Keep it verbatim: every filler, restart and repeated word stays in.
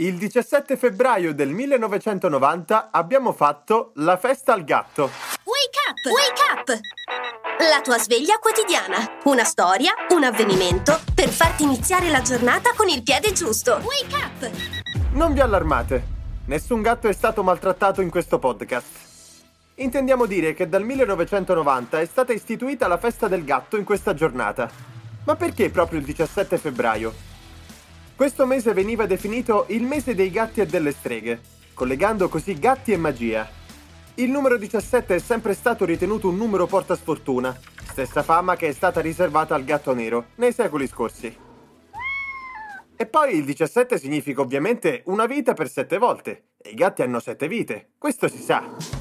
Il diciassette febbraio del millenovecentonovanta abbiamo fatto la festa al gatto. Wake up! Wake up! La tua sveglia quotidiana. Una storia, un avvenimento per farti iniziare la giornata con il piede giusto. Wake up! Non vi allarmate, nessun gatto è stato maltrattato in questo podcast. Intendiamo dire che dal millenovecentonovanta è stata istituita la festa del gatto in questa giornata. Ma perché proprio il diciassette febbraio? Questo mese veniva definito il mese dei gatti e delle streghe, collegando così gatti e magia. Il numero diciassette è sempre stato ritenuto un numero portasfortuna, stessa fama che è stata riservata al gatto nero nei secoli scorsi. E poi il diciassette significa ovviamente una vita per sette volte, e i gatti hanno sette vite, questo si sa.